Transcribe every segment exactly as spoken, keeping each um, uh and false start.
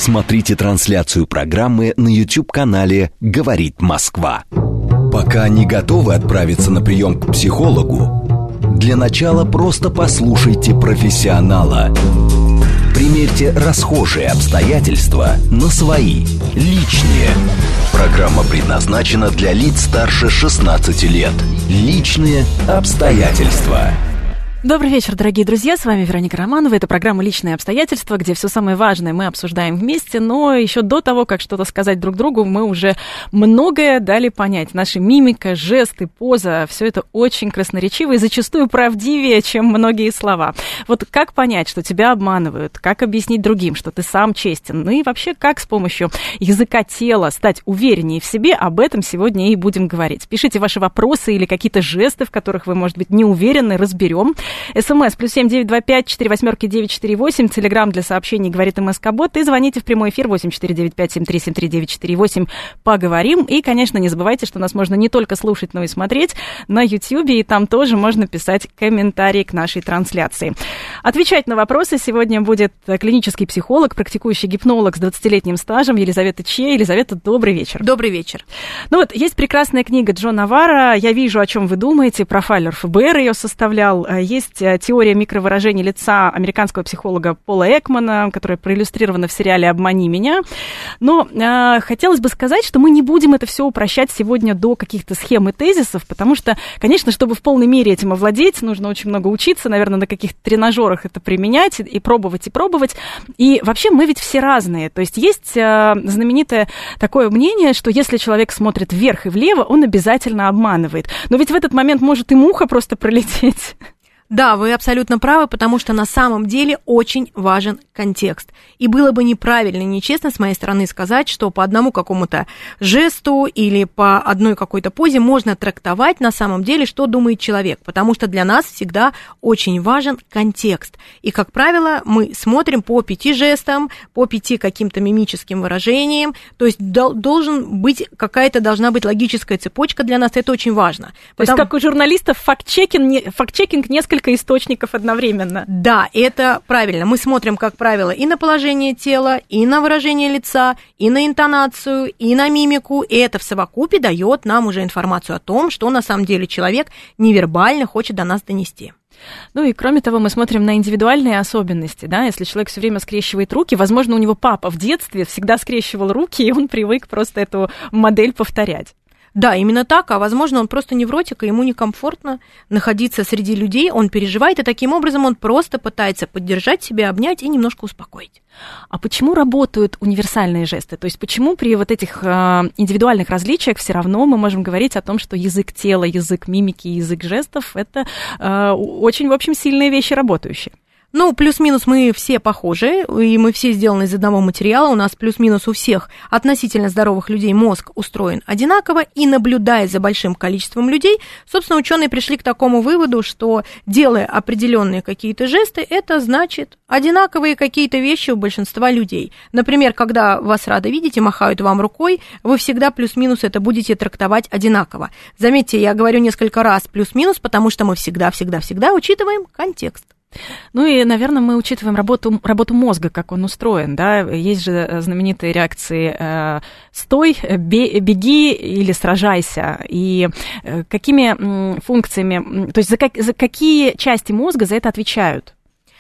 Смотрите трансляцию программы на YouTube-канале «Говорит Москва». Пока не готовы отправиться на прием к психологу, для начала просто послушайте профессионала. Примерьте расхожие обстоятельства на свои, личные. Программа предназначена для лиц старше шестнадцати лет. Личные обстоятельства. Добрый вечер, дорогие друзья, с вами Вероника Романова. Это программа «Личные обстоятельства», где все самое важное мы обсуждаем вместе, но еще до того, как что-то сказать друг другу, мы уже многое дали понять. Наша мимика, жесты, поза, все это очень красноречиво и зачастую правдивее, чем многие слова. Вот как понять, что тебя обманывают, как объяснить другим, что ты сам честен, ну и вообще, как с помощью языка тела стать увереннее в себе, об этом сегодня и будем говорить. Пишите ваши вопросы или какие-то жесты, в которых вы, может быть, не уверены, разберем. СМС плюс семь девять два пять четыре восьмерки девять четыре восемь. Телеграм для сообщений говорит МСК-бот. И звоните в прямой эфир восемь четыре девять пять семь три семь три девять четыре восемь. Поговорим. И, конечно, не забывайте, что нас можно не только слушать, но и смотреть на Ютьюбе. И там тоже можно писать комментарии к нашей трансляции. Отвечать на вопросы сегодня будет клинический психолог, практикующий гипнолог с двадцатилетним стажем Елизавета Че. Елизавета, добрый вечер. Добрый вечер. Ну вот, есть прекрасная книга Джо Навара «Я вижу, о чем вы думаете». Профайлер ФБР ее составлял. Есть теория микровыражений лица американского психолога Пола Экмана, которая проиллюстрирована в сериале «Обмани меня». Но э, хотелось бы сказать, что мы не будем это все упрощать сегодня до каких-то схем и тезисов, потому что, конечно, чтобы в полной мере этим овладеть, нужно очень много учиться, наверное, на каких-то тренажерах это применять и пробовать, и пробовать. И вообще мы ведь все разные. То есть есть э, знаменитое такое мнение, что если человек смотрит вверх и влево, он обязательно обманывает. Но ведь в этот момент может и муха просто пролететь. Да, вы абсолютно правы, потому что на самом деле очень важен контекст. И было бы неправильно, нечестно с моей стороны сказать, что по одному какому-то жесту или по одной какой-то позе можно трактовать на самом деле, что думает человек, потому что для нас всегда очень важен контекст. И, как правило, мы смотрим по пяти жестам, по пяти каким-то мимическим выражениям, то есть должен быть какая-то, должна быть логическая цепочка для нас, это очень важно. То Потому... есть, как у журналистов, факт-чекинг, факт-чекинг несколько источников одновременно. Да, это правильно. Мы смотрим, как правило, и на положение тела, и на выражение лица, и на интонацию, и на мимику, и это в совокупе дает нам уже информацию о том, что на самом деле человек невербально хочет до нас донести. Ну и кроме того, мы смотрим на индивидуальные особенности, да, если человек все время скрещивает руки, возможно, у него папа в детстве всегда скрещивал руки, и он привык просто эту модель повторять. Да, именно так, а возможно, он просто невротик, и ему некомфортно находиться среди людей, он переживает, и таким образом он просто пытается поддержать себя, обнять и немножко успокоить. А почему работают универсальные жесты? То есть почему при вот этих э, индивидуальных различиях все равно мы можем говорить о том, что язык тела, язык мимики, язык жестов – это э, очень, в общем, сильные вещи работающие? Ну, плюс-минус мы все похожи, и мы все сделаны из одного материала, у нас плюс-минус у всех относительно здоровых людей мозг устроен одинаково, и наблюдая за большим количеством людей, собственно, ученые пришли к такому выводу, что делая определенные какие-то жесты, это значит одинаковые какие-то вещи у большинства людей. Например, когда вас рады видеть и махают вам рукой, вы всегда плюс-минус это будете трактовать одинаково. Заметьте, я говорю несколько раз плюс-минус, потому что мы всегда-всегда-всегда учитываем контекст. Ну и, наверное, мы учитываем работу, работу мозга, как он устроен, да, есть же знаменитые реакции э, «стой», «беги» или «сражайся», и э, какими м, функциями, то есть за, как, за какие части мозга за это отвечают?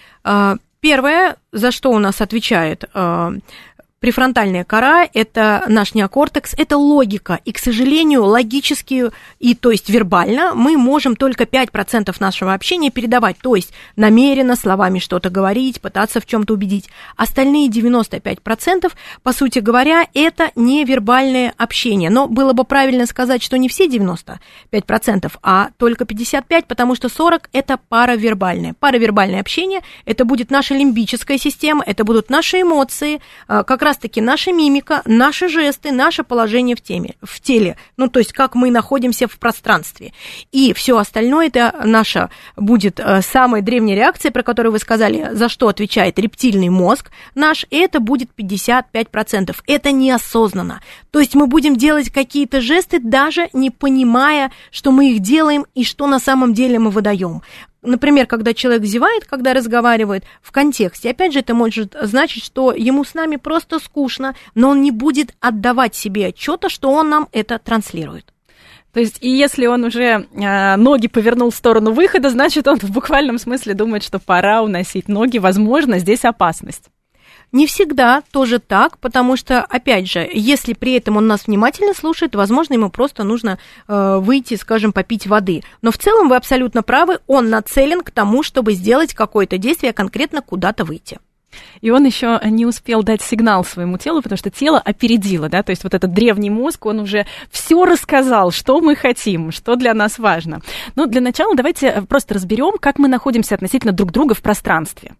Первое, за что у нас отвечает префронтальная кора, это наш неокортекс, это логика, и, к сожалению, логически, и, то есть вербально, мы можем только пять процентов нашего общения передавать, то есть намеренно словами что-то говорить, пытаться в чем-то убедить. Остальные девяносто пять процентов, по сути говоря, это невербальное общение, но было бы правильно сказать, что не все девяносто пять процентов, а только пятьдесят пять процентов, потому что сорок процентов это паравербальное. Паравербальное общение, это будет наша лимбическая система, это будут наши эмоции, как раз раз-таки наша мимика, наши жесты, наше положение в, теме, в теле, ну, то есть как мы находимся в пространстве. И все остальное, это наша будет самая древняя реакция, про которую вы сказали, за что отвечает рептильный мозг наш, и это будет пятьдесят пять процентов. Это неосознанно. То есть мы будем делать какие-то жесты, даже не понимая, что мы их делаем и что на самом деле мы выдаем. например, когда человек зевает, когда разговаривает, в контексте, опять же, это может значить, что ему с нами просто скучно, но он не будет отдавать себе отчета, что он нам это транслирует. То есть, и если он уже э, ноги повернул в сторону выхода, значит, он в буквальном смысле думает, что пора уносить ноги, возможно, здесь опасность. Не всегда тоже так, потому что, опять же, если при этом он нас внимательно слушает, возможно, ему просто нужно э, выйти, скажем, попить воды. Но в целом вы абсолютно правы, он нацелен к тому, чтобы сделать какое-то действие, конкретно куда-то выйти. И он еще не успел дать сигнал своему телу, потому что тело опередило, да, то есть вот этот древний мозг, он уже все рассказал, что мы хотим, что для нас важно. Но для начала давайте просто разберем, как мы находимся относительно друг друга в пространстве.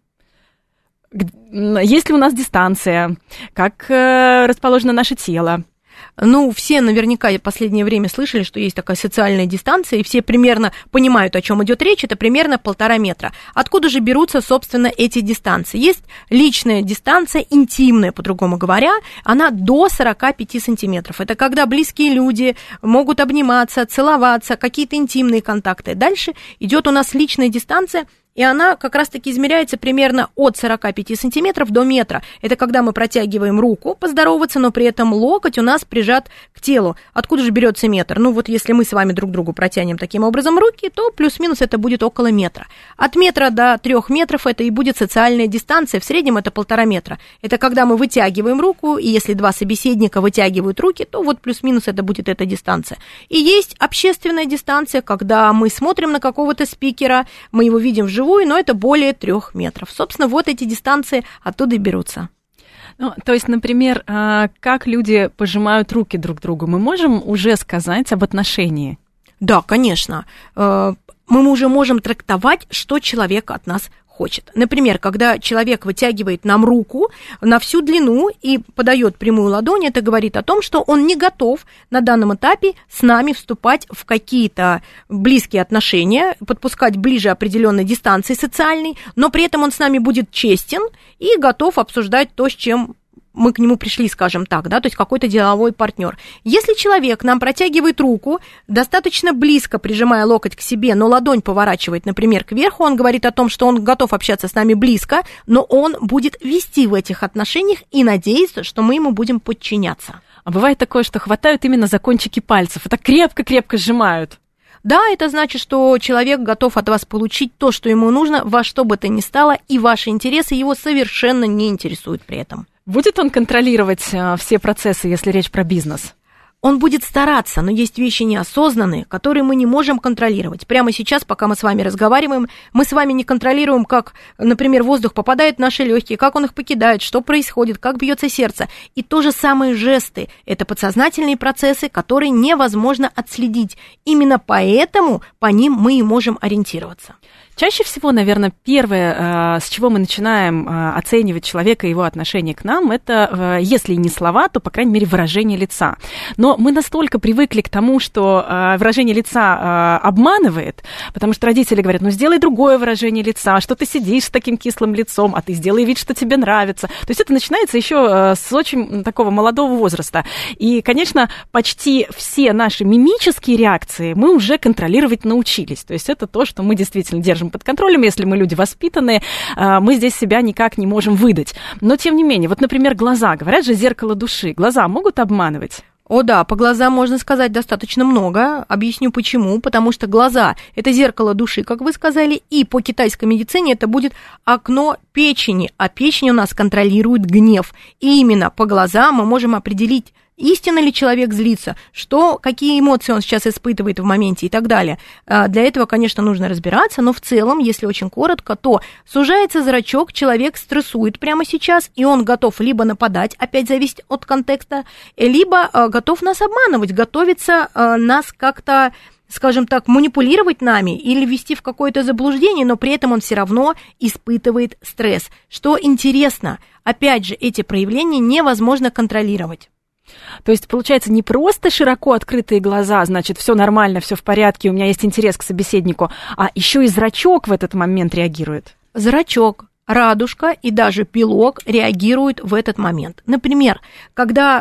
Есть ли у нас дистанция, как расположено наше тело? Ну, все наверняка в последнее время слышали, что есть такая социальная дистанция, и все примерно понимают, о чем идет речь, это примерно полтора метра. Откуда же берутся, собственно, эти дистанции? Есть личная дистанция, интимная, по-другому говоря, она до сорок пять сантиметров. Это когда близкие люди могут обниматься, целоваться, какие-то интимные контакты. Дальше идет у нас личная дистанция, и она как раз-таки измеряется примерно от сорок пять сантиметров до метра. Это когда мы протягиваем руку поздороваться, но при этом локоть у нас прижат к телу. Откуда же берется метр? Ну вот если мы с вами друг другу протянем таким образом руки, то плюс-минус это будет около метра. От метра до трех метров это и будет социальная дистанция, в среднем это полтора метра. Это когда мы вытягиваем руку, и если два собеседника вытягивают руки, то вот плюс-минус это будет эта дистанция. И есть общественная дистанция, когда мы смотрим на какого-то спикера, мы его видим вживую, но это более трех метров. Собственно, вот эти дистанции оттуда и берутся. Ну, то есть, например, как люди пожимают руки друг другу, мы можем уже сказать об отношении? Да, конечно. Мы уже можем трактовать, что человек от нас хочет. Например, когда человек вытягивает нам руку на всю длину и подает прямую ладонь, это говорит о том, что он не готов на данном этапе с нами вступать в какие-то близкие отношения, подпускать ближе определенной дистанции социальной, но при этом он с нами будет честен и готов обсуждать то, с чем мы к нему пришли, скажем так, да, то есть какой-то деловой партнер. Если человек нам протягивает руку, достаточно близко прижимая локоть к себе, но ладонь поворачивает, например, кверху, он говорит о том, что он готов общаться с нами близко, но он будет вести в этих отношениях и надеется, что мы ему будем подчиняться. А бывает такое, что хватают именно за кончики пальцев, это крепко-крепко сжимают. Да, это значит, что человек готов от вас получить то, что ему нужно, во что бы то ни стало, и ваши интересы его совершенно не интересуют при этом. Будет он контролировать э, все процессы, если речь про бизнес? Он будет стараться, но есть вещи неосознанные, которые мы не можем контролировать. Прямо сейчас, пока мы с вами разговариваем, мы с вами не контролируем, как, например, воздух попадает в наши легкие, как он их покидает, что происходит, как бьется сердце. И то же самое жесты. Это подсознательные процессы, которые невозможно отследить. Именно поэтому по ним мы и можем ориентироваться. Чаще всего, наверное, первое, с чего мы начинаем оценивать человека и его отношение к нам, это, если не слова, то, по крайней мере, выражение лица. Но мы настолько привыкли к тому, что выражение лица обманывает, потому что родители говорят, ну, сделай другое выражение лица, что ты сидишь с таким кислым лицом, а ты сделай вид, что тебе нравится. То есть это начинается еще с очень такого молодого возраста. И, конечно, почти все наши мимические реакции мы уже контролировать научились. То есть это то, что мы действительно держим под контролем, если мы люди воспитанные, мы здесь себя никак не можем выдать. Но, тем не менее, вот, например, глаза, говорят же, зеркало души, глаза могут обманывать? О да, по глазам можно сказать достаточно много. Объясню почему. Потому что глаза – это зеркало души, как вы сказали, и по китайской медицине это будет окно печени, а печень у нас контролирует гнев. И именно по глазам мы можем определить, истинно ли человек злится, что, какие эмоции он сейчас испытывает в моменте и так далее. Для этого, конечно, нужно разбираться, но в целом, если очень коротко, то сужается зрачок, человек стрессует прямо сейчас, и он готов либо нападать, опять зависит от контекста, либо готов нас обманывать, готовится нас как-то, скажем так, манипулировать нами или ввести в какое-то заблуждение, но при этом он все равно испытывает стресс. Что интересно, опять же, эти проявления невозможно контролировать. То есть, получается, не просто широко открытые глаза, значит, все нормально, все в порядке, у меня есть интерес к собеседнику, а еще и зрачок в этот момент реагирует. Зрачок, радужка и даже белок реагируют в этот момент. Например, когда э,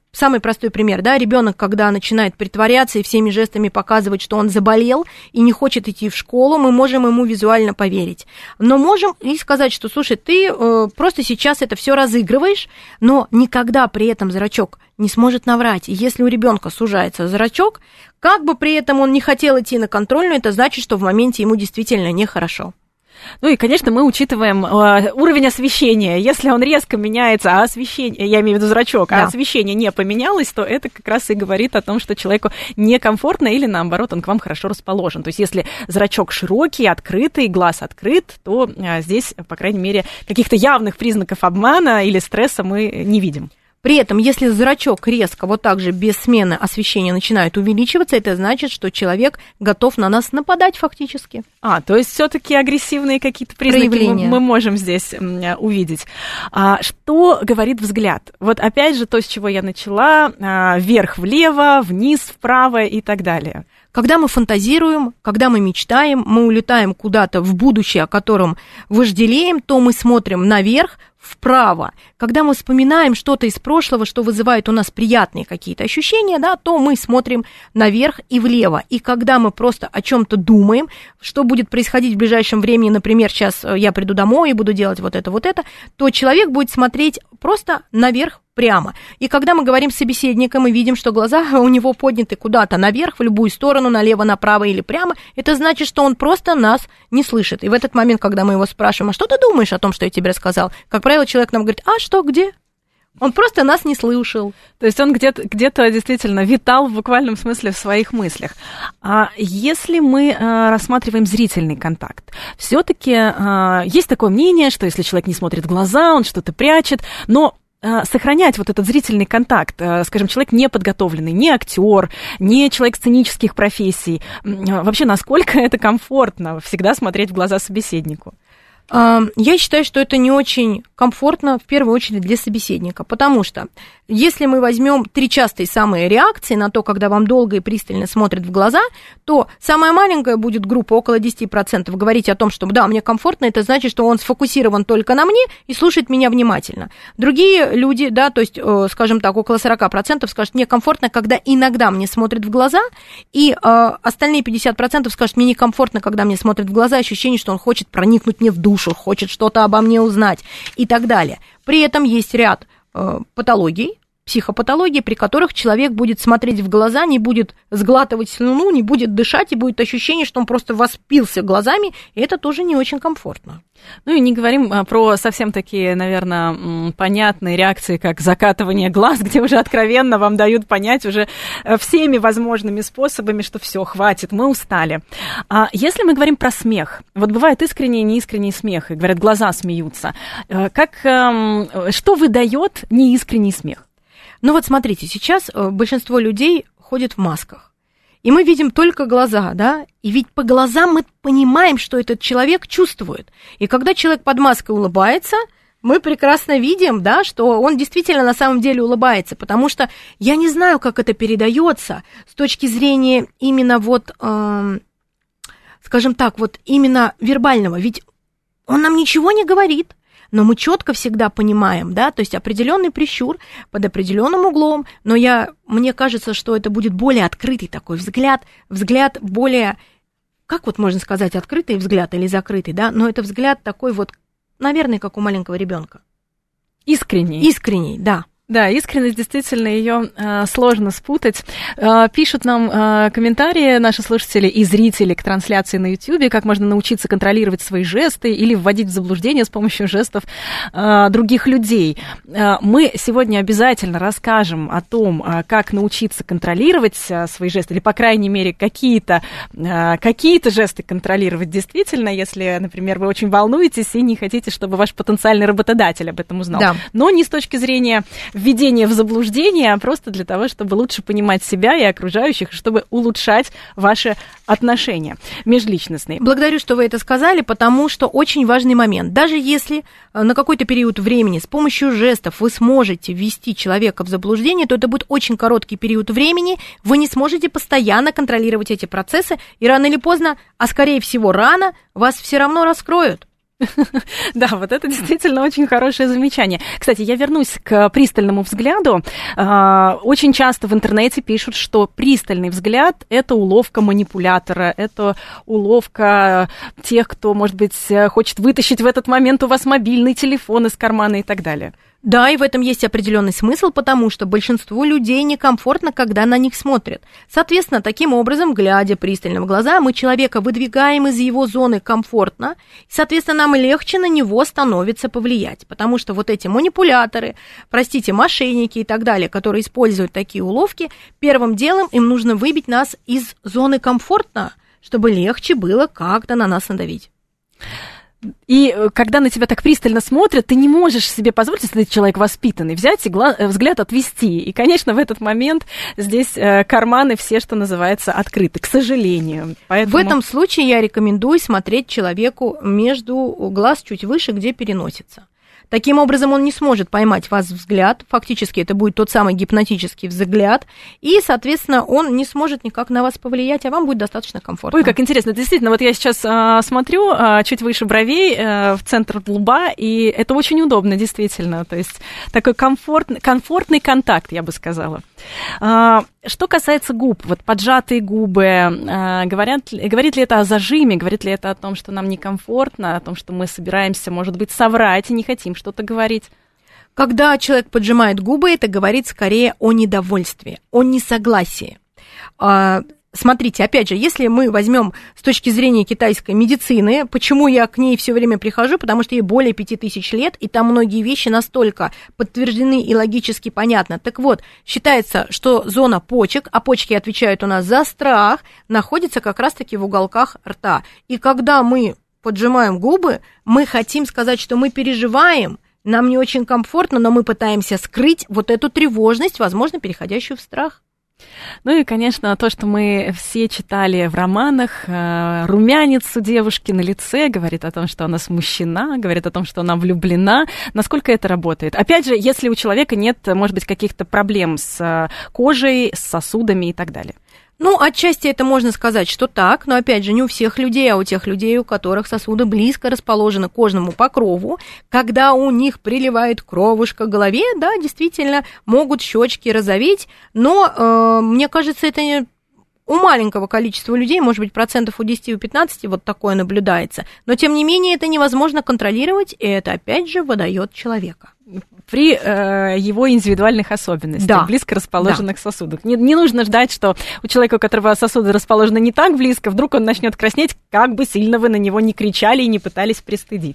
Самый простой пример, да, ребенок, когда начинает притворяться и всеми жестами показывать, что он заболел и не хочет идти в школу, мы можем ему визуально поверить. Но можем и сказать, что, слушай, ты э, просто сейчас это все разыгрываешь, но никогда при этом зрачок не сможет наврать. И если у ребенка сужается зрачок, как бы при этом он не хотел идти на контрольную, это значит, что в моменте ему действительно нехорошо. Ну и, конечно, мы учитываем э, уровень освещения. Если он резко меняется, а освещение, я имею в виду зрачок, да. а освещение не поменялось, то это как раз и говорит о том, что человеку некомфортно или, наоборот, он к вам хорошо расположен. То есть если зрачок широкий, открытый, глаз открыт, то э, здесь, по крайней мере, каких-то явных признаков обмана или стресса мы не видим. При этом, если зрачок резко, вот так же без смены освещения начинает увеличиваться, это значит, что человек готов на нас нападать фактически. А, то есть все-таки агрессивные какие-то признаки мы, мы можем здесь увидеть. А, что говорит взгляд? Вот опять же то, с чего я начала, а, вверх-влево, вниз-вправо и так далее. Когда мы фантазируем, когда мы мечтаем, мы улетаем куда-то в будущее, о котором вожделеем, то мы смотрим наверх, вправо. Когда мы вспоминаем что-то из прошлого, что вызывает у нас приятные какие-то ощущения, да, то мы смотрим наверх и влево. И когда мы просто о чем-то думаем, что будет происходить в ближайшем времени, например, сейчас я приду домой и буду делать вот это, вот это, то человек будет смотреть просто наверх, прямо. И когда мы говорим с собеседником и видим, что глаза у него подняты куда-то наверх, в любую сторону, налево, направо или прямо, это значит, что он просто нас не слышит. И в этот момент, когда мы его спрашиваем, а что ты думаешь о том, что я тебе рассказал? Как правило, человек нам говорит, а что, где? Он просто нас не слышал. То есть он где-то, где-то действительно витал в буквальном смысле в своих мыслях. А если мы а, рассматриваем зрительный контакт, все-таки а, есть такое мнение, что если человек не смотрит в глаза, он что-то прячет, но сохранять вот этот зрительный контакт, скажем, человек не подготовленный, не актер, не человек сценических профессий, вообще насколько это комфортно всегда смотреть в глаза собеседнику? Я считаю, что это не очень комфортно, в первую очередь, для собеседника, потому что если мы возьмем три частые самые реакции на то, когда вам долго и пристально смотрят в глаза, то самая маленькая будет группа, около десять процентов, говорить о том, что да, мне комфортно, это значит, что он сфокусирован только на мне и слушает меня внимательно. Другие люди, да, то есть, скажем так, около сорок процентов скажут, мне комфортно, когда иногда мне смотрят в глаза, и э, остальные пятьдесят процентов скажут, мне некомфортно, когда мне смотрят в глаза, ощущение, что он хочет проникнуть мне в душу, хочет что-то обо мне узнать и так далее. При этом есть ряд э, патологий, психопатологии, при которых человек будет смотреть в глаза, не будет сглатывать слюну, не будет дышать, и будет ощущение, что он просто воспился глазами, и это тоже не очень комфортно. Ну и не говорим про совсем такие, наверное, понятные реакции, как закатывание глаз, где уже откровенно вам дают понять уже всеми возможными способами, что все, хватит, мы устали. А если мы говорим про смех, вот бывает искренний и неискренний смех, и говорят, глаза смеются, как, что выдает неискренний смех? Ну вот смотрите, сейчас большинство людей ходят в масках, и мы видим только глаза, да, и ведь по глазам мы понимаем, что этот человек чувствует. И когда человек под маской улыбается, мы прекрасно видим, да, что он действительно на самом деле улыбается, потому что я не знаю, как это передается с точки зрения именно вот, э, скажем так, вот именно вербального, ведь он нам ничего не говорит. Но мы четко всегда понимаем, да, то есть определенный прищур под определенным углом, но я, мне кажется, что это будет более открытый такой взгляд, взгляд более, как вот можно сказать, открытый взгляд или закрытый, да, но это взгляд такой вот, наверное, как у маленького ребенка. Искренний. Искренний, да. Да, искренность, действительно, ее э, сложно спутать. Э, пишут нам э, комментарии наши слушатели и зрители к трансляции на YouTube, как можно научиться контролировать свои жесты или вводить в заблуждение с помощью жестов э, других людей. Э, мы сегодня обязательно расскажем о том, э, как научиться контролировать э, свои жесты, или, по крайней мере, какие-то, э, какие-то жесты контролировать действительно, если, например, вы очень волнуетесь и не хотите, чтобы ваш потенциальный работодатель об этом узнал. Да. Но не с точки зрения введение в заблуждение, а просто для того, чтобы лучше понимать себя и окружающих, чтобы улучшать ваши отношения межличностные. Благодарю, что вы это сказали, потому что очень важный момент. Даже если на какой-то период времени с помощью жестов вы сможете ввести человека в заблуждение, то это будет очень короткий период времени, вы не сможете постоянно контролировать эти процессы, и рано или поздно, а скорее всего рано, вас все равно раскроют. Да, вот это действительно очень хорошее замечание. Кстати, я вернусь к пристальному взгляду. Очень часто в интернете пишут, что пристальный взгляд – это уловка манипулятора, это уловка тех, кто, может быть, хочет вытащить в этот момент у вас мобильный телефон из кармана и так далее. Да, и в этом есть определенный смысл, потому что большинству людей некомфортно, когда на них смотрят. Соответственно, таким образом, глядя пристально в глаза, мы человека выдвигаем из его зоны комфортно, и, соответственно, нам легче на него становится повлиять, потому что вот эти манипуляторы, простите, мошенники и так далее, которые используют такие уловки, первым делом им нужно выбить нас из зоны комфортно, чтобы легче было как-то на нас надавить. И когда на тебя так пристально смотрят, ты не можешь себе позволить, если ты человек воспитанный, взять и гла- взгляд отвести. И, конечно, в этот момент здесь карманы все, что называется, открыты, к сожалению. Поэтому... В этом случае я рекомендую смотреть человеку между глаз чуть выше, где переносится. Таким образом, он не сможет поймать вас взгляд, фактически это будет тот самый гипнотический взгляд, и, соответственно, он не сможет никак на вас повлиять, а вам будет достаточно комфортно. Ой, как интересно, действительно, вот я сейчас а, смотрю а, чуть выше бровей, а, в центр лба, и это очень удобно, действительно, то есть такой комфортный, комфортный контакт, я бы сказала. А, что касается губ, вот поджатые губы, а, говорят, говорит ли это о зажиме, говорит ли это о том, что нам некомфортно, о том, что мы собираемся, может быть, соврать и не хотим что-то говорить? Когда человек поджимает губы, это говорит скорее о недовольстве, о несогласии. Смотрите, опять же, если мы возьмем с точки зрения китайской медицины, почему я к ней все время прихожу, потому что ей более пяти тысяч лет, и там многие вещи настолько подтверждены и логически понятны. Так вот, считается, что зона почек, а почки отвечают у нас за страх, находится как раз-таки в уголках рта. И когда мы поджимаем губы, мы хотим сказать, что мы переживаем, нам не очень комфортно, но мы пытаемся скрыть вот эту тревожность, возможно, переходящую в страх. Ну и, конечно, то, что мы все читали в романах, румянец у девушки на лице говорит о том, что она смущена, говорит о том, что она влюблена. Насколько это работает? Опять же, если у человека нет, может быть, каких-то проблем с кожей, с сосудами и так далее. Ну, отчасти это можно сказать, что так, но, опять же, не у всех людей, а у тех людей, у которых сосуды близко расположены к кожному покрову, когда у них приливает кровушка к голове, да, действительно, могут щечки розоветь, но, э, мне кажется, это не... У маленького количества людей, может быть, процентов у десяти, у пятнадцати вот такое наблюдается, но, тем не менее, это невозможно контролировать, и это, опять же, выдает человека. При э, его индивидуальных особенностях, да. близко расположенных да. сосудах. Не, не нужно ждать, что у человека, у которого сосуды расположены не так близко, вдруг он начнет краснеть, как бы сильно вы на него не кричали и не пытались пристыдить.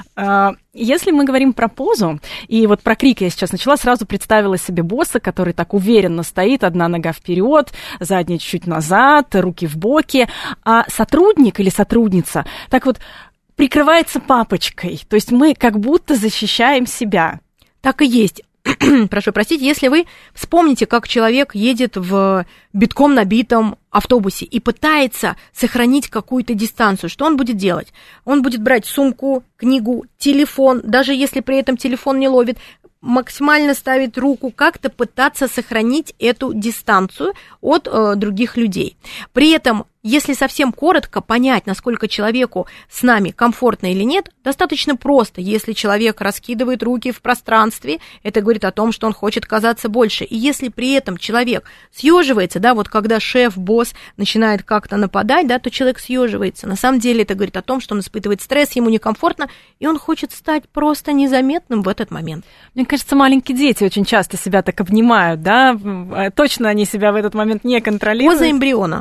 Э, если мы говорим про позу, и вот про крик я сейчас начала, сразу представила себе босса, который так уверенно стоит, одна нога вперед, задняя чуть-чуть назад, руки в боки, а сотрудник или сотрудница так вот прикрывается папочкой, то есть мы как будто защищаем себя. Так и есть. Прошу простить, если вы вспомните, как человек едет в битком набитом автобусе и пытается сохранить какую-то дистанцию, что он будет делать? Он будет брать сумку, книгу, телефон, даже если при этом телефон не ловит, максимально ставить руку, как-то пытаться сохранить эту дистанцию от э, других людей. При этом, если совсем коротко понять, насколько человеку с нами комфортно или нет, достаточно просто. Если человек раскидывает руки в пространстве, это говорит о том, что он хочет казаться больше. И если при этом человек съеживается, да, вот когда шеф, босс начинает как-то нападать, да, то человек съеживается. На самом деле это говорит о том, что он испытывает стресс, ему некомфортно, и он хочет стать просто незаметным в этот момент. Мне кажется, маленькие дети очень часто себя так обнимают, да, точно они себя в этот момент не контролируют. Поза эмбриона.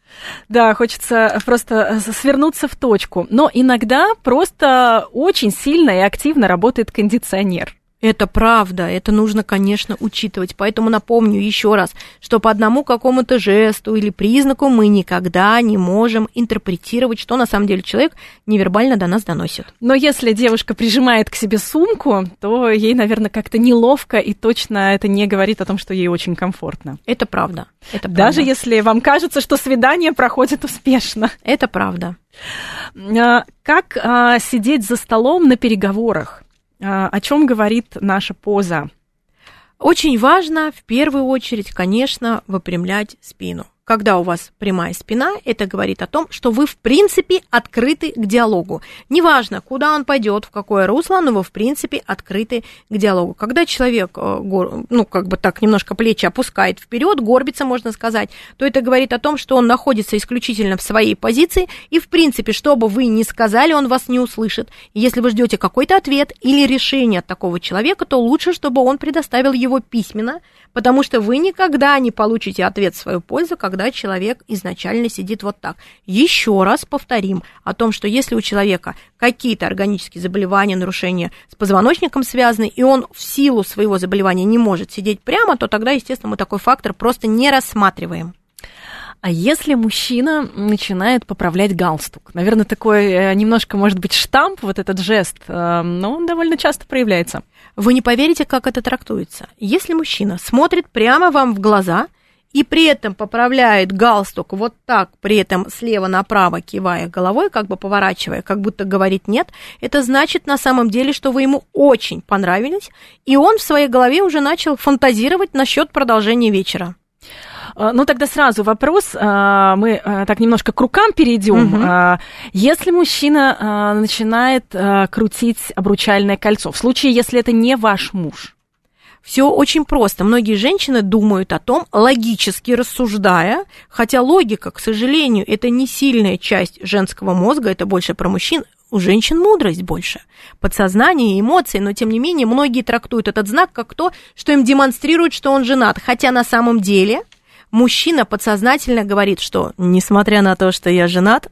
Да, хочется просто свернуться в точку. Но иногда просто очень сильно и активно работает кондиционер. Это правда, это нужно, конечно, учитывать. Поэтому напомню еще раз, что по одному какому-то жесту или признаку мы никогда не можем интерпретировать, что на самом деле человек невербально до нас доносит. Но если девушка прижимает к себе сумку, то ей, наверное, как-то неловко, и точно это не говорит о том, что ей очень комфортно. Это правда. Это правда. Даже если вам кажется, что свидание проходит успешно. Это правда. Как сидеть за столом на переговорах? О чем говорит наша поза? Очень важно, в первую очередь, конечно, выпрямлять спину. когда у вас прямая спина, это говорит о том, что вы, в принципе, открыты к диалогу. Неважно, куда он пойдет, в какое русло, но вы, в принципе, открыты к диалогу. Когда человек, ну, как бы так немножко плечи опускает вперед, горбится, можно сказать, то это говорит о том, что он находится исключительно в своей позиции, и, в принципе, что бы вы ни сказали, он вас не услышит. И если вы ждете какой-то ответ или решение от такого человека, то лучше, чтобы он предоставил его письменно, потому что вы никогда не получите ответ в свою пользу, когда человек изначально сидит вот так. Еще раз повторим о том, что если у человека какие-то органические заболевания, нарушения с позвоночником связаны, и он в силу своего заболевания не может сидеть прямо, то тогда, естественно, мы такой фактор просто не рассматриваем. А если мужчина начинает поправлять галстук? Наверное, такой немножко, может быть, штамп, вот этот жест, но он довольно часто проявляется. Вы не поверите, как это трактуется. Если мужчина смотрит прямо вам в глаза и при этом поправляет галстук вот так, при этом слева направо кивая головой, как бы поворачивая, как будто говорит «нет», это значит на самом деле, что вы ему очень понравились, и он в своей голове уже начал фантазировать насчет продолжения вечера. Ну, тогда сразу вопрос, мы так немножко к рукам перейдем. Угу. Если мужчина начинает крутить обручальное кольцо, в случае, если это не ваш муж? Все очень просто. Многие женщины думают о том, логически рассуждая, хотя логика, к сожалению, это не сильная часть женского мозга, это больше про мужчин. У женщин мудрость больше, подсознание, эмоции, но тем не менее многие трактуют этот знак как то, что им демонстрирует, что он женат, хотя на самом деле мужчина подсознательно говорит, что, несмотря на то, что я женат,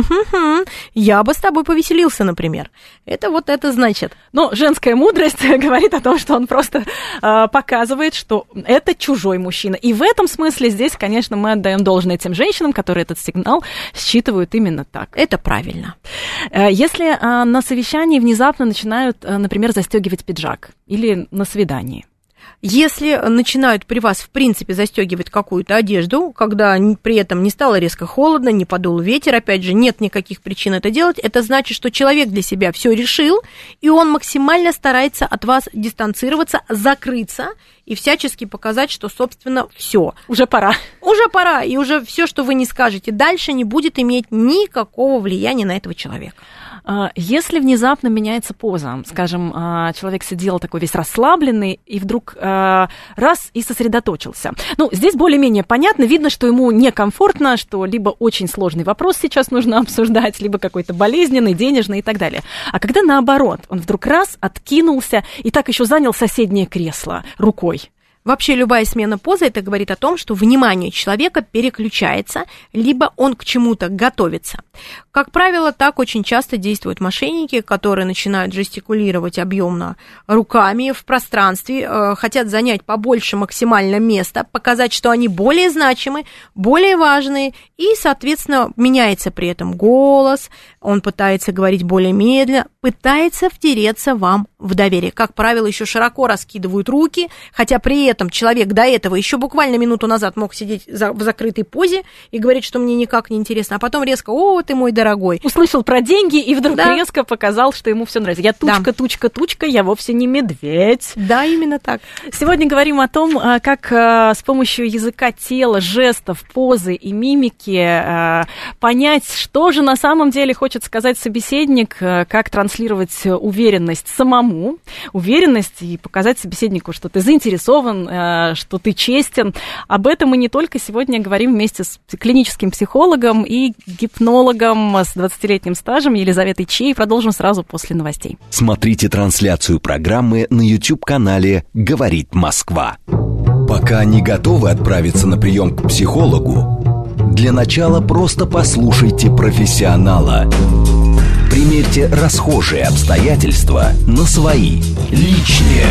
я бы с тобой повеселился, например. Это вот это значит. Но женская мудрость говорит о том, что он просто э, показывает, что это чужой мужчина. И в этом смысле здесь, конечно, мы отдаем должное тем женщинам, которые этот сигнал считывают именно так. Это правильно. Если э, на совещании внезапно начинают, э, например, застегивать пиджак или на свидании. Если начинают при вас, в принципе, застегивать какую-то одежду, когда при этом не стало резко холодно, не подул ветер, опять же, нет никаких причин это делать, это значит, что человек для себя все решил, и он максимально старается от вас дистанцироваться, закрыться и всячески показать, что, собственно, все. Уже пора. Уже пора, и уже все, что вы не скажете дальше, не будет иметь никакого влияния на этого человека. Если внезапно меняется поза, скажем, человек сидел такой весь расслабленный и вдруг раз и сосредоточился. Ну, здесь более-менее понятно, видно, что ему некомфортно, что либо очень сложный вопрос сейчас нужно обсуждать, либо какой-то болезненный, денежный и так далее. А когда наоборот, он вдруг раз откинулся и так еще занял соседнее кресло рукой. Вообще любая смена позы, это говорит о том, что внимание человека переключается, либо он к чему-то готовится. Как правило, так очень часто действуют мошенники, которые начинают жестикулировать объемно руками в пространстве, э, хотят занять побольше максимально места, показать, что они более значимы, более важные, и, соответственно, меняется при этом голос, он пытается говорить более медленно, пытается втереться вам в доверие. Как правило, еще широко раскидывают руки, хотя при этом человек до этого еще буквально минуту назад мог сидеть в закрытой позе и говорить, что мне никак не интересно, а потом резко: «О, ты мой дорогой». Услышал про деньги и вдруг да. резко показал, что ему все нравится. Я тучка, да. тучка, тучка, я вовсе не медведь. Да, именно так. Сегодня говорим о том, как с помощью языка тела, жестов, позы и мимики понять, что же на самом деле хочет сказать собеседник, как транслировать уверенность самому, уверенность и показать собеседнику, что ты заинтересован, что ты честен. Об этом мы не только сегодня говорим вместе с клиническим психологом и гипнологом с двадцатилетним стажем Елизаветой Чей. Продолжим сразу после новостей. Смотрите трансляцию программы на YouTube-канале «Говорит Москва». Пока не готовы отправиться на прием к психологу, для начала просто послушайте профессионала. Примерьте расхожие обстоятельства на свои, личные.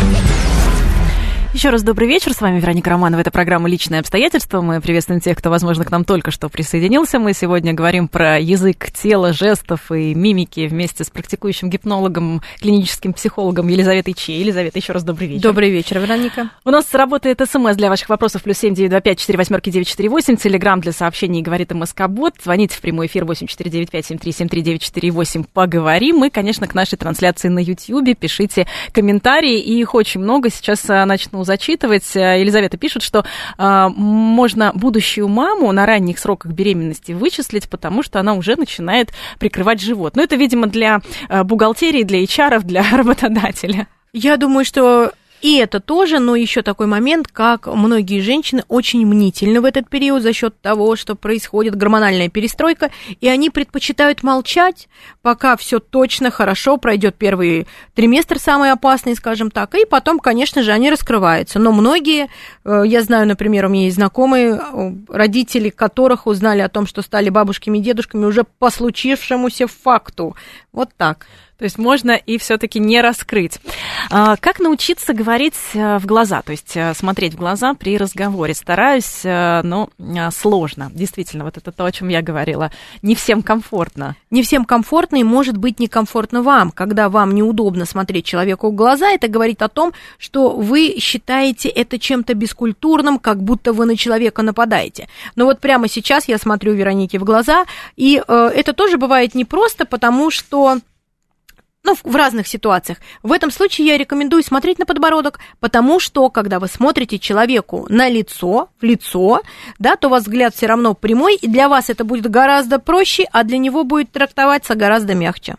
Еще раз добрый вечер, с вами Вероника Романова, это программа «Личные обстоятельства». Мы приветствуем тех, кто, возможно, к нам только что присоединился. Мы сегодня говорим про язык тела, жестов и мимики вместе с практикующим гипнологом, клиническим психологом Елизаветой Чей. Елизавета, еще раз добрый вечер. Добрый вечер, Вероника. У нас работает СМС для ваших вопросов плюс семь девять два пять четыре восемь девять четыре восемь, Телеграм для сообщений «Говорит МСК-бот». Звоните в прямой эфир восемь четыре девять пять семь три семь три девять четыре восемь. Поговорим. И, конечно, к нашей трансляции на Ютьюбе пишите комментарии, и их очень много. Сейчас начну снова зачитывать. Елизавета пишет, что э, можно будущую маму на ранних сроках беременности вычислить, потому что она уже начинает прикрывать живот. Но это, видимо, для э, бухгалтерии, для эйч ар, для работодателя. Я думаю, что и это тоже, но еще такой момент, как многие женщины очень мнительны в этот период за счет того, что происходит гормональная перестройка, и они предпочитают молчать, пока все точно, хорошо, пройдет первый триместр, самый опасный, скажем так, и потом, конечно же, они раскрываются. Но многие, я знаю, например, у меня есть знакомые, родители которых узнали о том, что стали бабушками и дедушками уже по случившемуся факту. Вот так. То есть можно и все-таки не раскрыть. Как научиться говорить в глаза, то есть смотреть в глаза при разговоре? Стараюсь, но сложно. Действительно, вот это то, о чем я говорила. Не всем комфортно. Не всем комфортно, и может быть некомфортно вам. Когда вам неудобно смотреть человеку в глаза, это говорит о том, что вы считаете это чем-то бескультурным, как будто вы на человека нападаете. Но вот прямо сейчас я смотрю Веронике в глаза, и э, это тоже бывает непросто, потому что ну, в разных ситуациях. В этом случае я рекомендую смотреть на подбородок, потому что, когда вы смотрите человеку на лицо, в лицо, да, то у вас взгляд все равно прямой, и для вас это будет гораздо проще, а для него будет трактоваться гораздо мягче.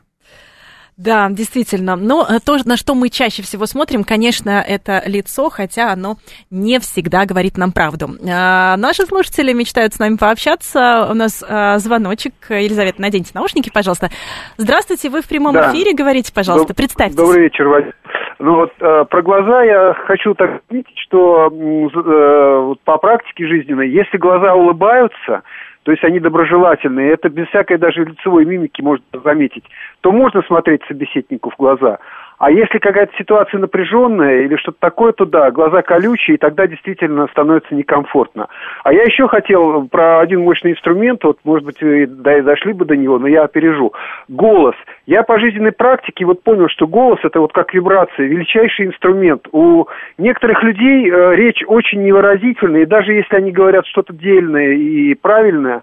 Да, действительно. Но то, на что мы чаще всего смотрим, конечно, это лицо, хотя оно не всегда говорит нам правду. А, наши слушатели мечтают с нами пообщаться. У нас а, звоночек. Елизавета, наденьте наушники, пожалуйста. Здравствуйте, вы в прямом да. эфире, говорите, пожалуйста, Доб- представьтесь. Добрый вечер, Вадим. Ну вот э, про глаза я хочу так отметить, что э, по практике жизненной, если глаза улыбаются, то есть они доброжелательные, это без всякой даже лицевой мимики можно заметить, то можно смотреть собеседнику в глаза. А если какая-то ситуация напряженная или что-то такое, то да, глаза колючие, и тогда действительно становится некомфортно. А я еще хотел про один мощный инструмент, вот, может быть, вы дошли бы до него, но я опережу. Голос. Я по жизненной практике вот понял, что голос – это вот как вибрация, величайший инструмент. У некоторых людей э, речь очень невыразительная, и даже если они говорят что-то дельное и правильное,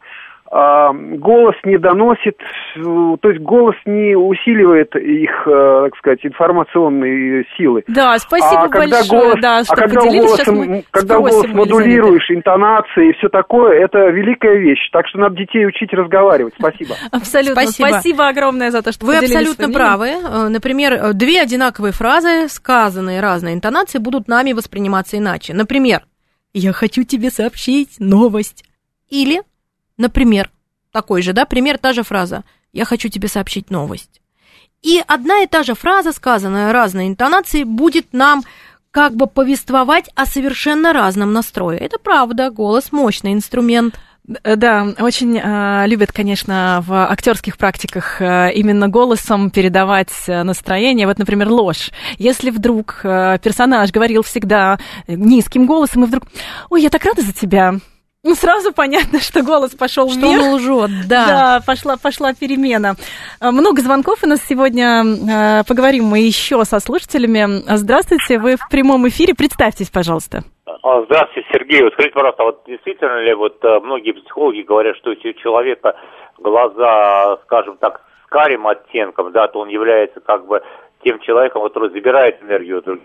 голос не доносит, то есть голос не усиливает их, так сказать, информационные силы. Да, спасибо а большое, голос, да, что а когда поделились. голосом, мы когда голос модулируешь, интонации и все такое, это великая вещь. Так что надо детей учить разговаривать. Спасибо. Абсолютно. Спасибо, Спасибо огромное за то, что вы поделились. Вы абсолютно правы. Например, две одинаковые фразы, сказанные разной интонацией, будут нами восприниматься иначе. Например, «Я хочу тебе сообщить новость». Или... Например, такой же, да, пример, та же фраза «Я хочу тебе сообщить новость». И одна и та же фраза, сказанная разной интонацией, будет нам как бы повествовать о совершенно разном настрое. Это правда, голос – мощный инструмент. Да, очень э, любят, конечно, в актерских практиках э, именно голосом передавать настроение. Вот, например, ложь. Если вдруг э, персонаж говорил всегда низким голосом, и вдруг «Ой, я так рада за тебя», ну, сразу понятно, что голос пошел вверх. Что он лжет, да. Да, пошла, пошла перемена. Много звонков у нас сегодня. Поговорим мы еще со слушателями. Здравствуйте, вы в прямом эфире. Представьтесь, пожалуйста. Здравствуйте, Сергей. Вот скажите, пожалуйста, вот действительно ли вот многие психологи говорят, что если у человека глаза, скажем так, с карим оттенком, да, то он является как бы тем человеком, который забирает энергию других,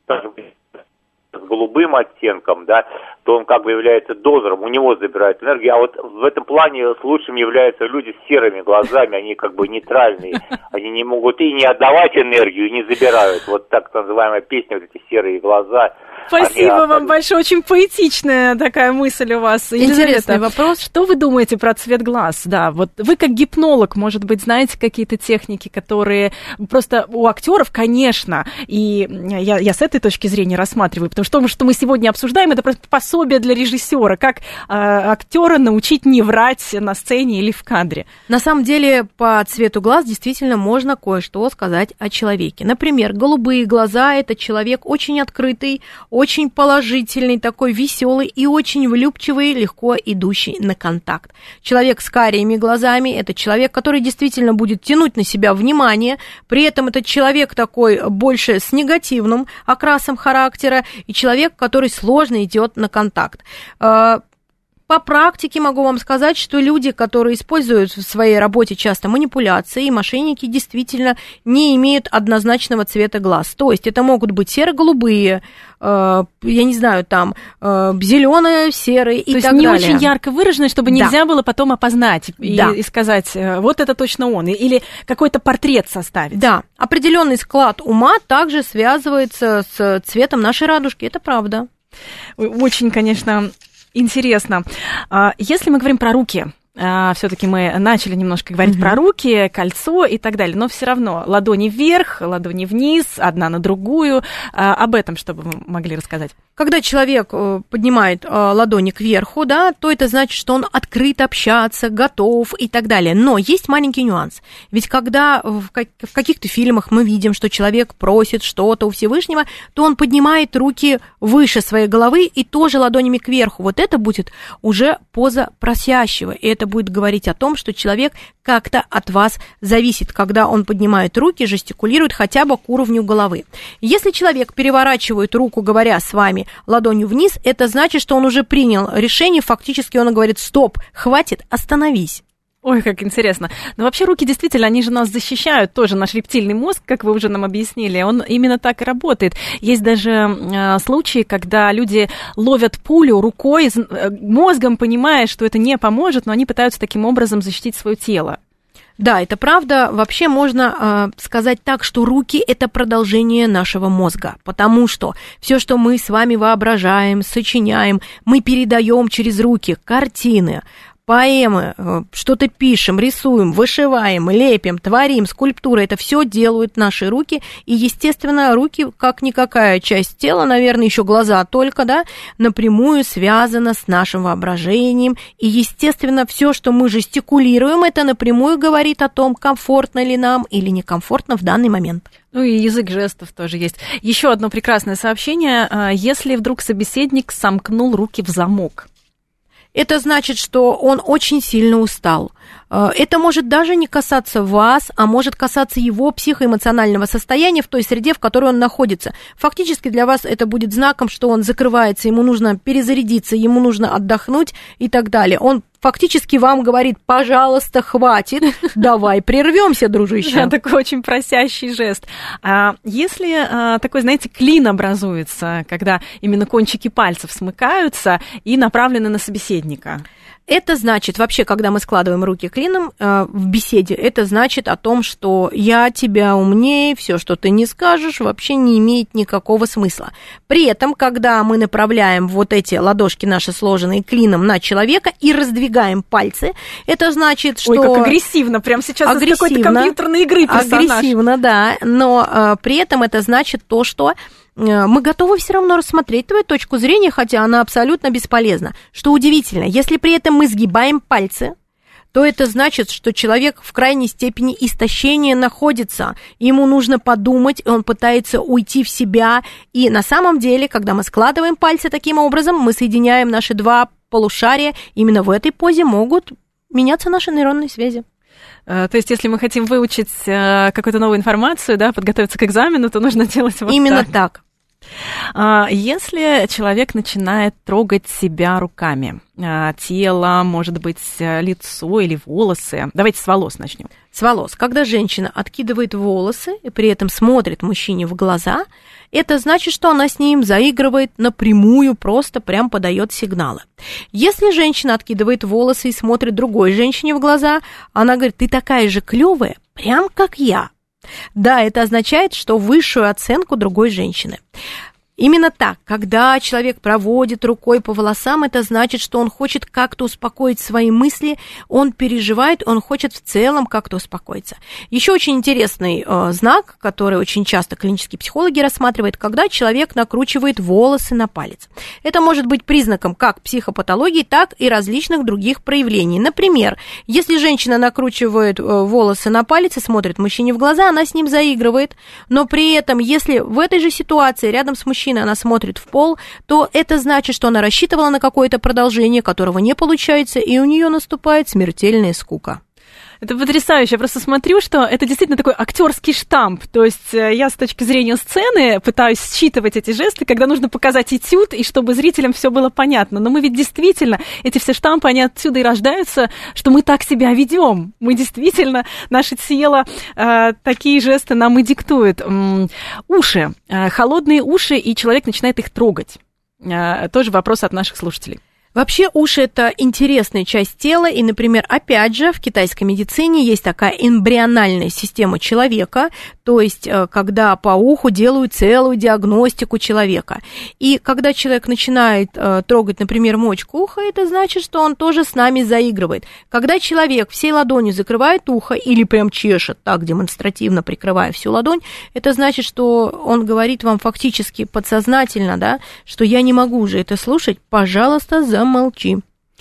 с голубым оттенком, да, то он как бы является дозором, у него забирает энергию, а вот в этом плане с лучшим являются люди с серыми глазами, они как бы нейтральные, они не могут и не отдавать энергию, и не забирают. Вот так называемая песня, вот эти серые глаза. Спасибо они... вам большое, очень поэтичная такая мысль у вас. Интересный вопрос. Что вы думаете про цвет глаз? Да, вот вы как гипнолог, может быть, знаете какие-то техники, которые просто у актеров, конечно, и я, я с этой точки зрения рассматриваю, потому что то, что мы сегодня обсуждаем, это просто пособие для режиссера, как э, актера научить не врать на сцене или в кадре. На самом деле, по цвету глаз действительно можно кое-что сказать о человеке. Например, голубые глаза – это человек очень открытый, очень положительный, такой веселый и очень влюбчивый, легко идущий на контакт. Человек с карими глазами – это человек, который действительно будет тянуть на себя внимание, при этом это человек такой больше с негативным окрасом характера и человек, который сложно идет на контакт. по практике могу вам сказать, что люди, которые используют в своей работе часто манипуляции, мошенники действительно не имеют однозначного цвета глаз. То есть это могут быть серо-голубые, э, я не знаю, там, э, зеленые, серые и То так есть далее. не очень ярко выраженные, чтобы Да. нельзя было потом опознать и, Да. и сказать, вот это точно он, или какой-то портрет составить. Да, определенный склад ума также связывается с цветом нашей радужки, это правда. Очень, конечно, интересно. Если мы говорим про руки, все-таки мы начали немножко говорить mm-hmm. про руки, кольцо и так далее, но все равно ладони вверх, ладони вниз, одна на другую. Об этом что бы вы могли рассказать? Когда человек поднимает ладони кверху, да, то это значит, что он открыт общаться, готов и так далее. Но есть маленький нюанс. Ведь когда в каких-то фильмах мы видим, что человек просит что-то у Всевышнего, то он поднимает руки выше своей головы и тоже ладонями кверху. Вот это будет уже поза просящего. И это будет говорить о том, что человек как-то от вас зависит, когда он поднимает руки, жестикулирует хотя бы к уровню головы. Если человек переворачивает руку, говоря с вами ладонью вниз, это значит, что он уже принял решение, фактически он говорит: стоп, хватит, остановись. Ой, как интересно. Но вообще руки действительно, они же нас защищают, тоже наш рептильный мозг, как вы уже нам объяснили, он именно так и работает. Есть даже э, случаи, когда люди ловят пулю рукой, э, мозгом понимая, что это не поможет, но они пытаются таким образом защитить свое тело. Да, это правда. Вообще можно э, сказать так, что руки – это продолжение нашего мозга, потому что все, что мы с вами воображаем, сочиняем, мы передаем через руки картины, поэмы, что-то пишем, рисуем, вышиваем, лепим, творим, скульптуры. Это все делают наши руки. И, естественно, руки, как никакая часть тела, наверное, еще глаза только, да, напрямую связано с нашим воображением. И, естественно, все, что мы жестикулируем, это напрямую говорит о том, комфортно ли нам или некомфортно в данный момент. Ну и язык жестов тоже есть. Еще одно прекрасное сообщение. Если вдруг собеседник сомкнул руки в замок, это значит, что он очень сильно устал. Это может даже не касаться вас, а может касаться его психоэмоционального состояния в той среде, в которой он находится. Фактически для вас это будет знаком, что он закрывается, ему нужно перезарядиться, ему нужно отдохнуть и так далее. Он фактически вам говорит: пожалуйста, хватит, давай прервемся, дружище. Да, такой очень просящий жест. А если а, такой, знаете, клин образуется, когда именно кончики пальцев смыкаются и направлены на собеседника? Это значит, вообще, когда мы складываем руки клином э, в беседе, это значит о том, что я тебя умнее, все, что ты не скажешь, вообще не имеет никакого смысла. При этом, когда мы направляем вот эти ладошки наши, сложенные клином, на человека и раздвигаем пальцы, это значит, что... Ой, как агрессивно, прям сейчас из какой-то компьютерной игры персонаж. Агрессивно, да, но э, при этом это значит то, что мы готовы все равно рассмотреть твою точку зрения, хотя она абсолютно бесполезна. Что удивительно, если при этом мы сгибаем пальцы, то это значит, что человек в крайней степени истощения находится, ему нужно подумать, он пытается уйти в себя, и на самом деле, когда мы складываем пальцы таким образом, мы соединяем наши два полушария, именно в этой позе могут меняться наши нейронные связи. То есть, если мы хотим выучить какую-то новую информацию, да, подготовиться к экзамену, то нужно делать вот именно так. так. Если человек начинает трогать себя руками, тело, может быть, лицо или волосы, давайте с волос начнем. С волос. Когда женщина откидывает волосы и при этом смотрит мужчине в глаза, это значит, что она с ним заигрывает напрямую, просто прям подает сигналы. Если женщина откидывает волосы и смотрит другой женщине в глаза, она говорит: ты такая же клевая, прям как я. Да, это означает, что высшую оценку другой женщины. Именно так, когда человек проводит рукой по волосам, это значит, что он хочет как-то успокоить свои мысли, он переживает, он хочет в целом как-то успокоиться. Еще очень интересный э, знак, который очень часто клинические психологи рассматривают, когда человек накручивает волосы на палец. Это может быть признаком как психопатологии, так и различных других проявлений. Например, если женщина накручивает э, волосы на палец и смотрит мужчине в глаза, она с ним заигрывает, но при этом, если в этой же ситуации рядом с мужчиной она смотрит в пол, то это значит, что она рассчитывала на какое-то продолжение, которого не получается, и у нее наступает смертельная скука. Это потрясающе. Я просто смотрю, что это действительно такой актерский штамп. То есть я с точки зрения сцены пытаюсь считывать эти жесты, когда нужно показать этюд, и чтобы зрителям все было понятно. Но мы ведь действительно, эти все штампы, они отсюда и рождаются, что мы так себя ведем. Мы действительно, наше тело э, такие жесты нам и диктует. М-м, уши. Э, холодные уши, и человек начинает их трогать. Э, тоже вопрос от наших слушателей. Вообще уши – это интересная часть тела, и, например, опять же, в китайской медицине есть такая эмбриональная система человека, то есть когда по уху делают целую диагностику человека. И когда человек начинает э, трогать, например, мочку уха, это значит, что он тоже с нами заигрывает. Когда человек всей ладонью закрывает ухо или прям чешет, так демонстративно прикрывая всю ладонь, это значит, что он говорит вам фактически подсознательно, да, что я не могу уже это слушать, пожалуйста, за молчи.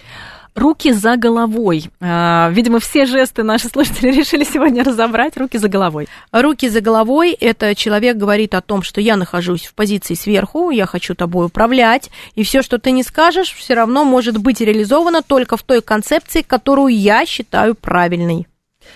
Руки за головой. Видимо, все жесты наши слушатели решили сегодня разобрать. Руки за головой. Руки за головой – это человек говорит о том, что я нахожусь в позиции сверху, я хочу тобой управлять, и все, что ты не скажешь, все равно может быть реализовано только в той концепции, которую я считаю правильной.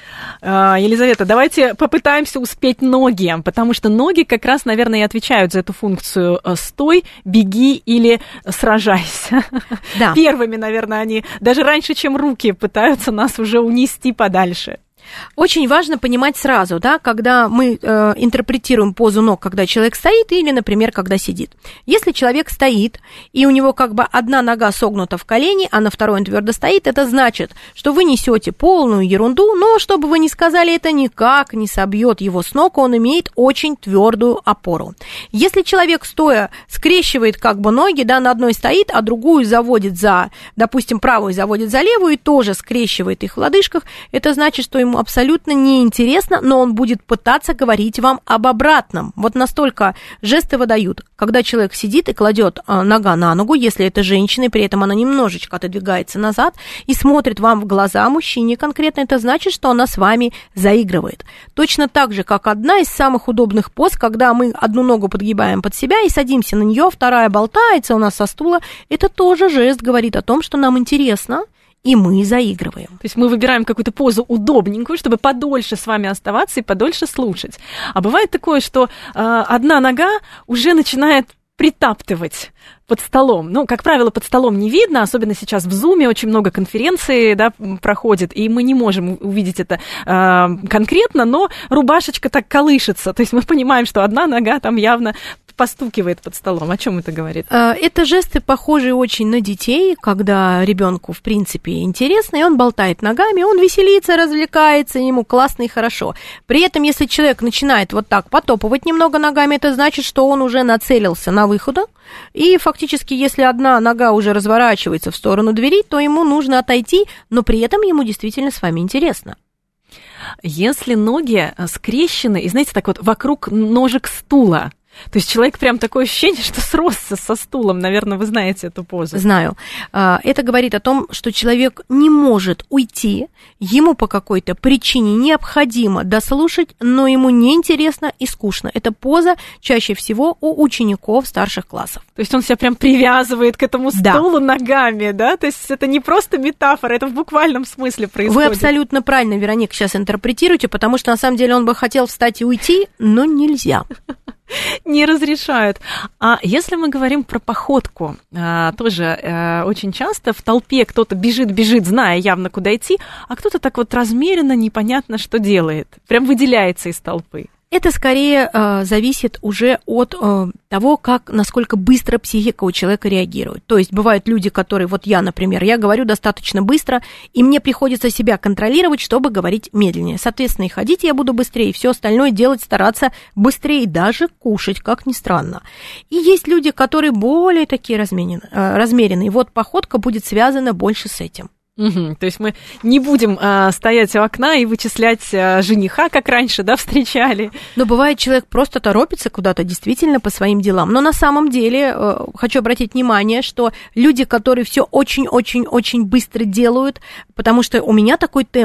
Елизавета, давайте попытаемся успеть ноги, потому что ноги как раз, наверное, и отвечают за эту функцию «стой», «беги» или «сражайся». Да. Первыми, наверное, они даже раньше, чем руки, пытаются нас уже унести подальше. Очень важно понимать сразу, да, когда мы э, интерпретируем позу ног, когда человек стоит или, например, когда сидит. Если человек стоит, и у него как бы одна нога согнута в колени, а на второй он твердо стоит, это значит, что вы несете полную ерунду, но, чтобы вы не сказали, это никак не собьет его с ног, он имеет очень твердую опору. Если человек стоя скрещивает как бы ноги, да, на одной стоит, а другую заводит за, допустим, правую заводит за левую и тоже скрещивает их в лодыжках, это значит, что ему абсолютно неинтересно, но он будет пытаться говорить вам об обратном. Вот настолько жесты выдают. Когда человек сидит и кладет нога на ногу, если это женщина, и при этом она немножечко отодвигается назад и смотрит вам в глаза, мужчине конкретно, это значит, что она с вами заигрывает. Точно так же, как одна из самых удобных поз, когда мы одну ногу подгибаем под себя и садимся на нее, вторая болтается у нас со стула, это тоже жест говорит о том, что нам интересно, и мы заигрываем. То есть мы выбираем какую-то позу удобненькую, чтобы подольше с вами оставаться и подольше слушать. А бывает такое, что э, одна нога уже начинает притаптывать под столом. Ну, как правило, под столом не видно, особенно сейчас в Зуме очень много конференций, да, проходит, и мы не можем увидеть это э, конкретно, но рубашечка так колышется. То есть мы понимаем, что одна нога там явно постукивает под столом. О чем это говорит? Это жесты похожие очень на детей, когда ребенку, в принципе, интересно, и он болтает ногами, он веселится, развлекается, ему классно и хорошо. При этом, если человек начинает вот так потопывать немного ногами, это значит, что он уже нацелился на выход, и фактически, если одна нога уже разворачивается в сторону двери, то ему нужно отойти, но при этом ему действительно с вами интересно. Если ноги скрещены, и, знаете, так вот, вокруг ножек стула, то есть человек прям такое ощущение, что сросся со стулом. Наверное, вы знаете эту позу. Знаю. Это говорит о том, что человек не может уйти, ему по какой-то причине необходимо дослушать, но ему неинтересно и скучно. Эта поза чаще всего у учеников старших классов. То есть он себя прям привязывает к этому стулу, да, ногами, да? То есть это не просто метафора, это в буквальном смысле происходит. Вы абсолютно правильно, Вероника, сейчас интерпретируете, потому что на самом деле он бы хотел встать и уйти, но нельзя. Не разрешают. А если мы говорим про походку, тоже очень часто в толпе кто-то бежит-бежит, зная явно, куда идти, а кто-то так вот размеренно, непонятно, что делает. Прям выделяется из толпы. Это скорее э, зависит уже от э, того, как, насколько быстро психика у человека реагирует. То есть бывают люди, которые, вот я, например, я говорю достаточно быстро, и мне приходится себя контролировать, чтобы говорить медленнее. Соответственно, и ходить я буду быстрее, и все остальное делать, стараться быстрее, даже кушать, как ни странно. И есть люди, которые более такие размеренные, э, размеренные. Вот походка будет связана больше с этим. Угу, то есть мы не будем а, стоять у окна и вычислять а, жениха, как раньше, да, встречали. Но бывает, человек просто торопится куда-то действительно по своим делам. Но на самом деле э, хочу обратить внимание, что люди, которые все очень-очень-очень быстро делают, потому что у меня такой темп,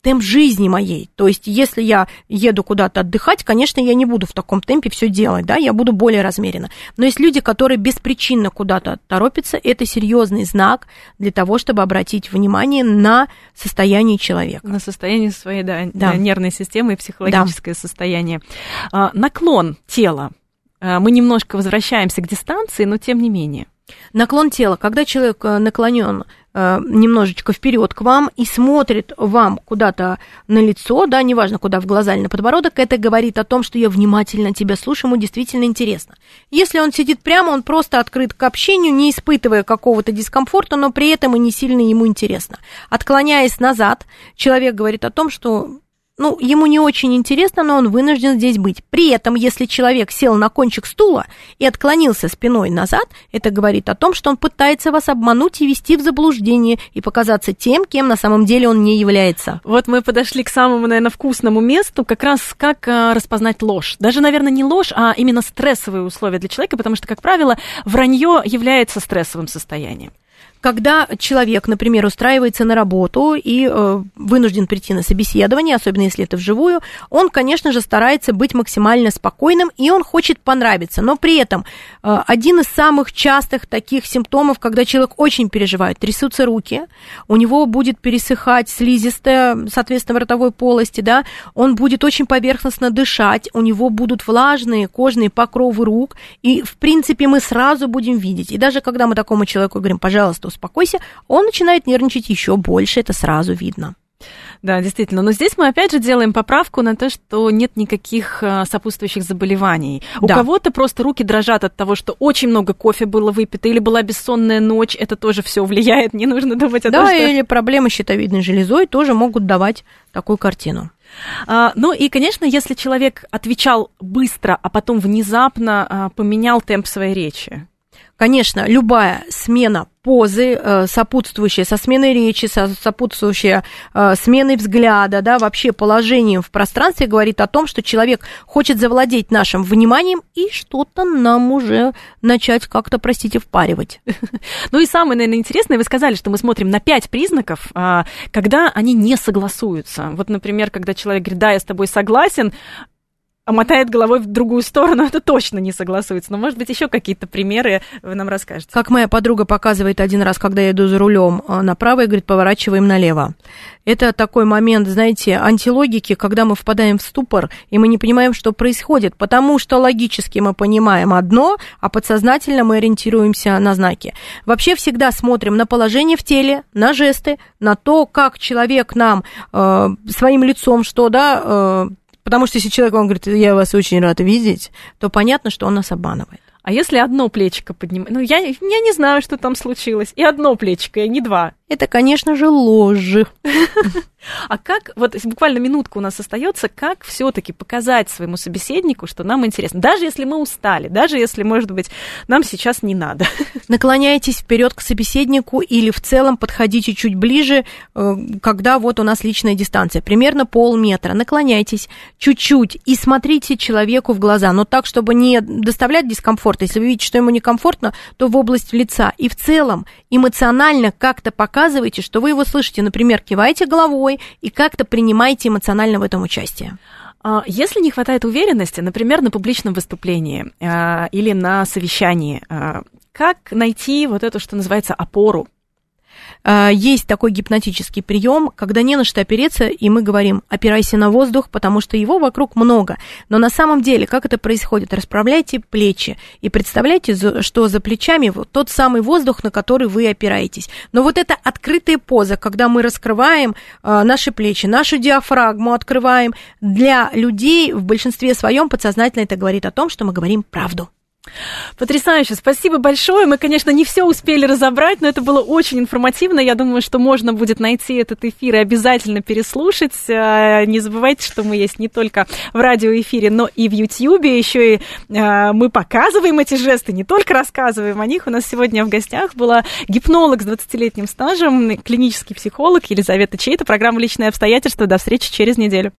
темп жизни моей. То есть, если я еду куда-то отдыхать, конечно, я не буду в таком темпе все делать, да, я буду более размеренно. Но есть люди, которые беспричинно куда-то торопятся, это серьезный знак для того, чтобы обратить внимание на состояние человека. На состояние своей, да, да. нервной системы и психологическое да. состояние. А, наклон тела. А, мы немножко возвращаемся к дистанции, но тем не менее. Наклон тела, когда человек наклонен э, немножечко вперед к вам и смотрит вам куда-то на лицо, да, неважно куда, в глаза или на подбородок, это говорит о том, что я внимательно тебя слушаю, ему действительно интересно. Если он сидит прямо, он просто открыт к общению, не испытывая какого-то дискомфорта, но при этом и не сильно ему интересно. Отклоняясь назад, человек говорит о том, что... Ну, ему не очень интересно, но он вынужден здесь быть. При этом, если человек сел на кончик стула и отклонился спиной назад, это говорит о том, что он пытается вас обмануть и ввести в заблуждение и показаться тем, кем на самом деле он не является. Вот мы подошли к самому, наверное, вкусному месту, как раз как а, распознать ложь. Даже, наверное, не ложь, а именно стрессовые условия для человека, потому что, как правило, вранье является стрессовым состоянием. Когда человек, например, устраивается на работу и э, вынужден прийти на собеседование, особенно если это вживую, он, конечно же, старается быть максимально спокойным, и он хочет понравиться. Но при этом э, один из самых частых таких симптомов, когда человек очень переживает, трясутся руки, у него будет пересыхать слизистая, соответственно, в ротовой полости, да, он будет очень поверхностно дышать, у него будут влажные кожные покровы рук, и, в принципе, мы сразу будем видеть. И даже когда мы такому человеку говорим, пожалуйста, успокойся, он начинает нервничать еще больше, это сразу видно. Да, действительно. Но здесь мы опять же делаем поправку на то, что нет никаких сопутствующих заболеваний. У да. кого-то просто руки дрожат от того, что очень много кофе было выпито, или была бессонная ночь, это тоже все влияет, не нужно думать о да, том, что... Да, или проблемы с щитовидной железой тоже могут давать такую картину. А, ну и, конечно, если человек отвечал быстро, а потом внезапно а, поменял темп своей речи. Конечно, любая смена позы, э, сопутствующая со сменой речи, со, сопутствующая э, сменой взгляда, да, вообще положением в пространстве говорит о том, что человек хочет завладеть нашим вниманием и что-то нам уже начать как-то, простите, впаривать. Ну и самое, наверное, интересное, вы сказали, что мы смотрим на пять признаков, когда они не согласуются. Вот, например, когда человек говорит, да, я с тобой согласен, а мотает головой в другую сторону, это точно не согласуется. Но, может быть, еще какие-то примеры вы нам расскажете. Как моя подруга показывает один раз, когда я иду за рулем направо, и говорит, поворачиваем налево. Это такой момент, знаете, антилогики, когда мы впадаем в ступор, и мы не понимаем, что происходит, потому что логически мы понимаем одно, а подсознательно мы ориентируемся на знаки. Вообще всегда смотрим на положение в теле, на жесты, на то, как человек нам э, своим лицом, что, да, э, потому что если человек вам говорит, я вас очень рад видеть, то понятно, что он нас обманывает. А если одно плечико поднимать? Ну, я, я не знаю, что там случилось. И одно плечико, и не два. Это, конечно же, ложь. А как, вот буквально минутка у нас остается, как все-таки показать своему собеседнику, что нам интересно? Даже если мы устали, даже если, может быть, нам сейчас не надо. Наклоняйтесь вперед к собеседнику или в целом подходите чуть ближе, когда вот у нас личная дистанция, примерно полметра. Наклоняйтесь чуть-чуть и смотрите человеку в глаза, но так, чтобы не доставлять дискомфорт. Если вы видите, что ему некомфортно, то в область лица. И в целом эмоционально как-то показывайте, что вы его слышите. Например, кивайте головой и как-то принимайте эмоционально в этом участие. Если не хватает уверенности, например, на публичном выступлении э, или на совещании, э, как найти вот эту, что называется, опору? Есть такой гипнотический прием, когда не на что опереться, и мы говорим, опирайся на воздух, потому что его вокруг много. Но на самом деле, как это происходит? Расправляйте плечи и представляйте, что за плечами вот тот самый воздух, на который вы опираетесь. Но вот эта открытая поза, когда мы раскрываем наши плечи, нашу диафрагму открываем, для людей в большинстве своем подсознательно это говорит о том, что мы говорим правду. Потрясающе, спасибо большое. Мы, конечно, не все успели разобрать, но это было очень информативно. Я думаю, что можно будет найти этот эфир и обязательно переслушать. Не забывайте, что мы есть не только в радиоэфире, но и в Ютьюбе. Еще и мы показываем эти жесты, не только рассказываем о них. У нас сегодня в гостях была гипнолог с двадцатилетним стажем, клинический психолог Елизавета Чейта. Программа «Личные обстоятельства». До встречи через неделю.